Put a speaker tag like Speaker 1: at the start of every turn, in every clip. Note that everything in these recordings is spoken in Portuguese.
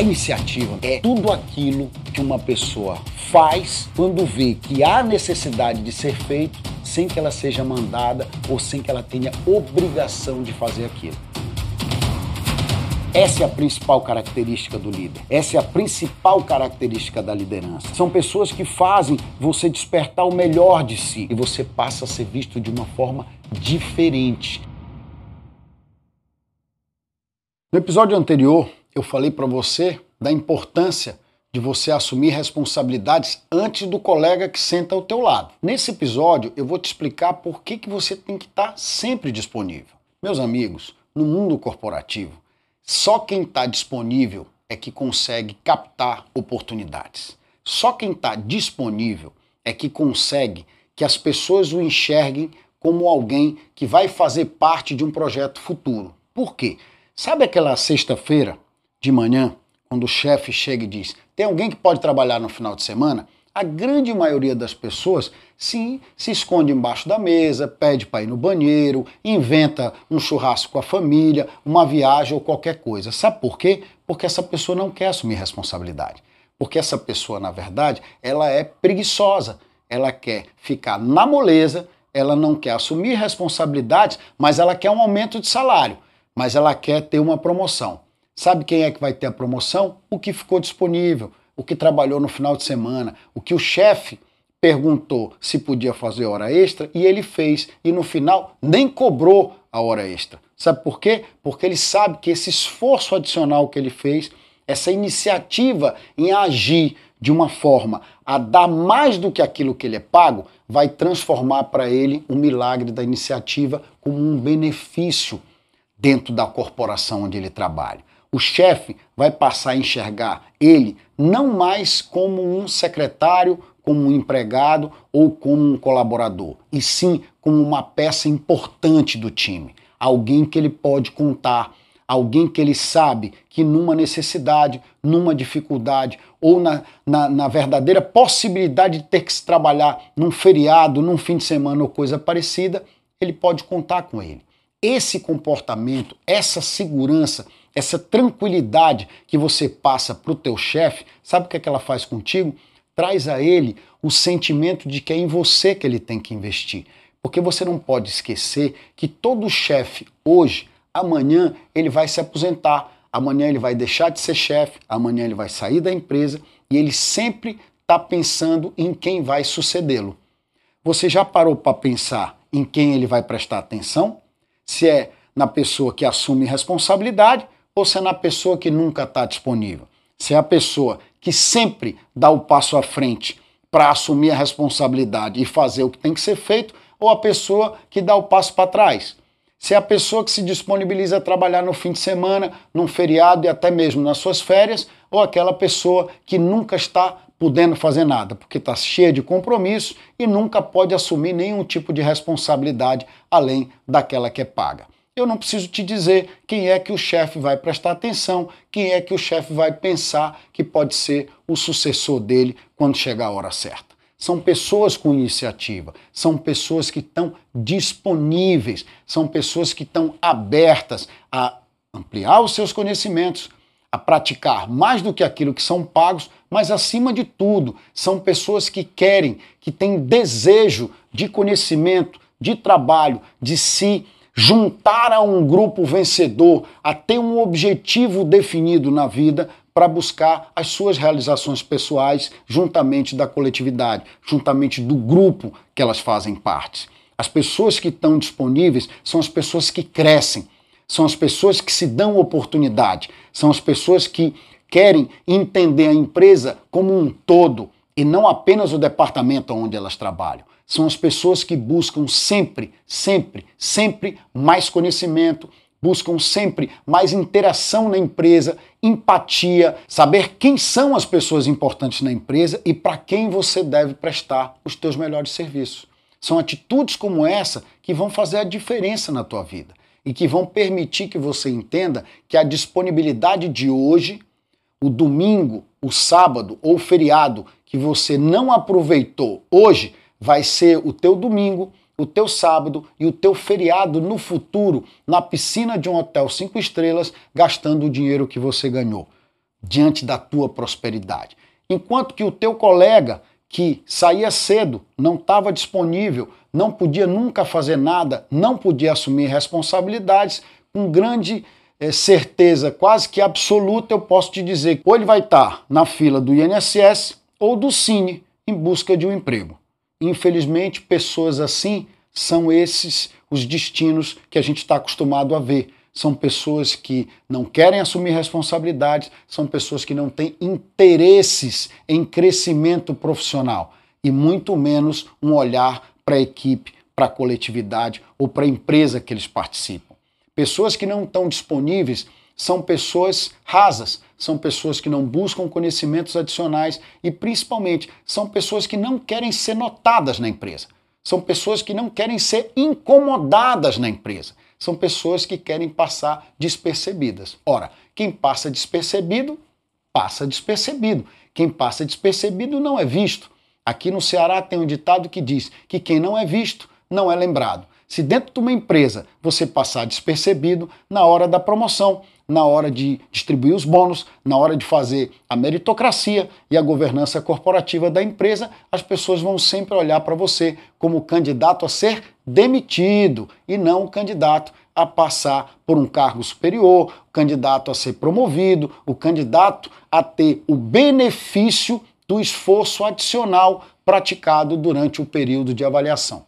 Speaker 1: A iniciativa é tudo aquilo que uma pessoa faz quando vê que há necessidade de ser feito sem que ela seja mandada ou sem que ela tenha obrigação de fazer aquilo. Essa é a principal característica do líder. Essa é a principal característica da liderança. São pessoas que fazem você despertar o melhor de si e você passa a ser visto de uma forma diferente. No episódio anterior, eu falei para você da importância de você assumir responsabilidades antes do colega que senta ao teu lado. Nesse episódio, eu vou te explicar por que você tem que estar sempre disponível. Meus amigos, no mundo corporativo, só quem está disponível é que consegue captar oportunidades. Só quem está disponível é que consegue que as pessoas o enxerguem como alguém que vai fazer parte de um projeto futuro. Por quê? Sabe aquela sexta-feira de manhã, quando o chefe chega e diz: tem alguém que pode trabalhar no final de semana? A grande maioria das pessoas sim se esconde embaixo da mesa, pede para ir no banheiro, inventa um churrasco com a família, uma viagem ou qualquer coisa. Sabe por quê? Porque essa pessoa não quer assumir responsabilidade. Porque essa pessoa, na verdade, ela é preguiçosa. Ela quer ficar na moleza, ela não quer assumir responsabilidades, mas ela quer um aumento de salário. Mas ela quer ter uma promoção. Sabe quem é que vai ter a promoção? O que ficou disponível, o que trabalhou no final de semana, o que o chefe perguntou se podia fazer hora extra e ele fez. E no final nem cobrou a hora extra. Sabe por quê? Porque ele sabe que esse esforço adicional que ele fez, essa iniciativa em agir de uma forma a dar mais do que aquilo que ele é pago, vai transformar para ele o milagre da iniciativa como um benefício dentro da corporação onde ele trabalha. O chefe vai passar a enxergar ele não mais como um secretário, como um empregado ou como um colaborador, e sim como uma peça importante do time. Alguém que ele pode contar, alguém que ele sabe que numa necessidade, numa dificuldade ou na verdadeira possibilidade de ter que se trabalhar num feriado, num fim de semana ou coisa parecida, ele pode contar com ele. Esse comportamento, essa segurança, essa tranquilidade que você passa para o teu chefe, sabe o que é que ela faz contigo? Traz a ele o sentimento de que é em você que ele tem que investir. Porque você não pode esquecer que todo chefe hoje, amanhã ele vai se aposentar, amanhã ele vai deixar de ser chefe, amanhã ele vai sair da empresa e ele sempre está pensando em quem vai sucedê-lo. Você já parou para pensar em quem ele vai prestar atenção? Se é na pessoa que assume responsabilidade ou se é na pessoa que nunca está disponível. Se é a pessoa que sempre dá o passo à frente para assumir a responsabilidade e fazer o que tem que ser feito, ou a pessoa que dá o passo para trás. Se é a pessoa que se disponibiliza a trabalhar no fim de semana, num feriado e até mesmo nas suas férias, ou aquela pessoa que nunca está podendo fazer nada, porque está cheia de compromisso e nunca pode assumir nenhum tipo de responsabilidade além daquela que é paga. Eu não preciso te dizer quem é que o chefe vai prestar atenção, quem é que o chefe vai pensar que pode ser o sucessor dele quando chegar a hora certa. São pessoas com iniciativa, são pessoas que estão disponíveis, são pessoas que estão abertas a ampliar os seus conhecimentos, a praticar mais do que aquilo que são pagos, mas acima de tudo, são pessoas que querem, que têm desejo de conhecimento, de trabalho, de se juntar a um grupo vencedor, a ter um objetivo definido na vida para buscar as suas realizações pessoais juntamente da coletividade, juntamente do grupo que elas fazem parte. As pessoas que estão disponíveis são as pessoas que crescem, são as pessoas que se dão oportunidade, são as pessoas que querem entender a empresa como um todo e não apenas o departamento onde elas trabalham. São as pessoas que buscam sempre mais conhecimento, buscam sempre mais interação na empresa, empatia, saber quem são as pessoas importantes na empresa e para quem você deve prestar os teus melhores serviços. São atitudes como essa que vão fazer a diferença na tua vida e que vão permitir que você entenda que a disponibilidade de hoje, o domingo, o sábado ou o feriado que você não aproveitou hoje, vai ser o teu domingo, o teu sábado e o teu feriado no futuro, na piscina de um hotel 5 estrelas, gastando o dinheiro que você ganhou. diante da tua prosperidade. Enquanto que o teu colega que saía cedo, não estava disponível, não podia nunca fazer nada, não podia assumir responsabilidades, com grande certeza, quase que absoluta, eu posso te dizer que ou ele vai estar na fila do INSS ou do Cine em busca de um emprego. Infelizmente, pessoas assim são esses os destinos que a gente está acostumado a ver. São pessoas que não querem assumir responsabilidades, são pessoas que não têm interesses em crescimento profissional e muito menos um olhar para a equipe, para a coletividade ou para a empresa que eles participam. Pessoas que não estão disponíveis são pessoas rasas, são pessoas que não buscam conhecimentos adicionais e, principalmente, são pessoas que não querem ser notadas na empresa. São pessoas que não querem ser incomodadas na empresa. São pessoas que querem passar despercebidas. Ora, quem passa despercebido, passa despercebido. Quem passa despercebido não é visto. Aqui no Ceará tem um ditado que diz que quem não é visto não é lembrado. Se dentro de uma empresa você passar despercebido, na hora da promoção, na hora de distribuir os bônus, na hora de fazer a meritocracia e a governança corporativa da empresa, as pessoas vão sempre olhar para você como candidato a ser demitido e não o candidato a passar por um cargo superior, o candidato a ser promovido, o candidato a ter o benefício do esforço adicional praticado durante o período de avaliação.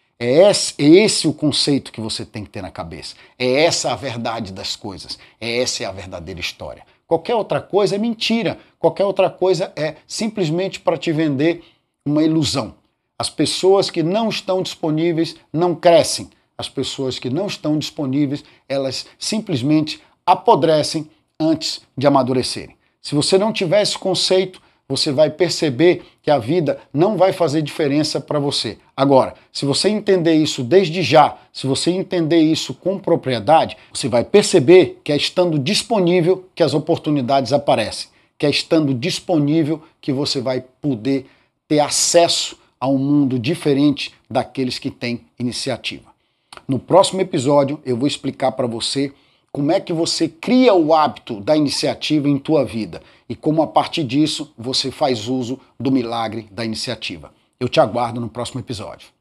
Speaker 1: É esse o conceito que você tem que ter na cabeça. É essa a verdade das coisas. Essa é a verdadeira história. Qualquer outra coisa é mentira. Qualquer outra coisa é simplesmente para te vender uma ilusão. As pessoas que não estão disponíveis não crescem. As pessoas que não estão disponíveis, elas simplesmente apodrecem antes de amadurecerem. Se você não tiver esse conceito, você vai perceber que a vida não vai fazer diferença para você. Agora, se você entender isso desde já, se você entender isso com propriedade, você vai perceber que é estando disponível que as oportunidades aparecem, que é estando disponível que você vai poder ter acesso a um mundo diferente daqueles que têm iniciativa. No próximo episódio, eu vou explicar para você como é que você cria o hábito da iniciativa em tua vida e como a partir disso você faz uso do milagre da iniciativa. Eu te aguardo no próximo episódio.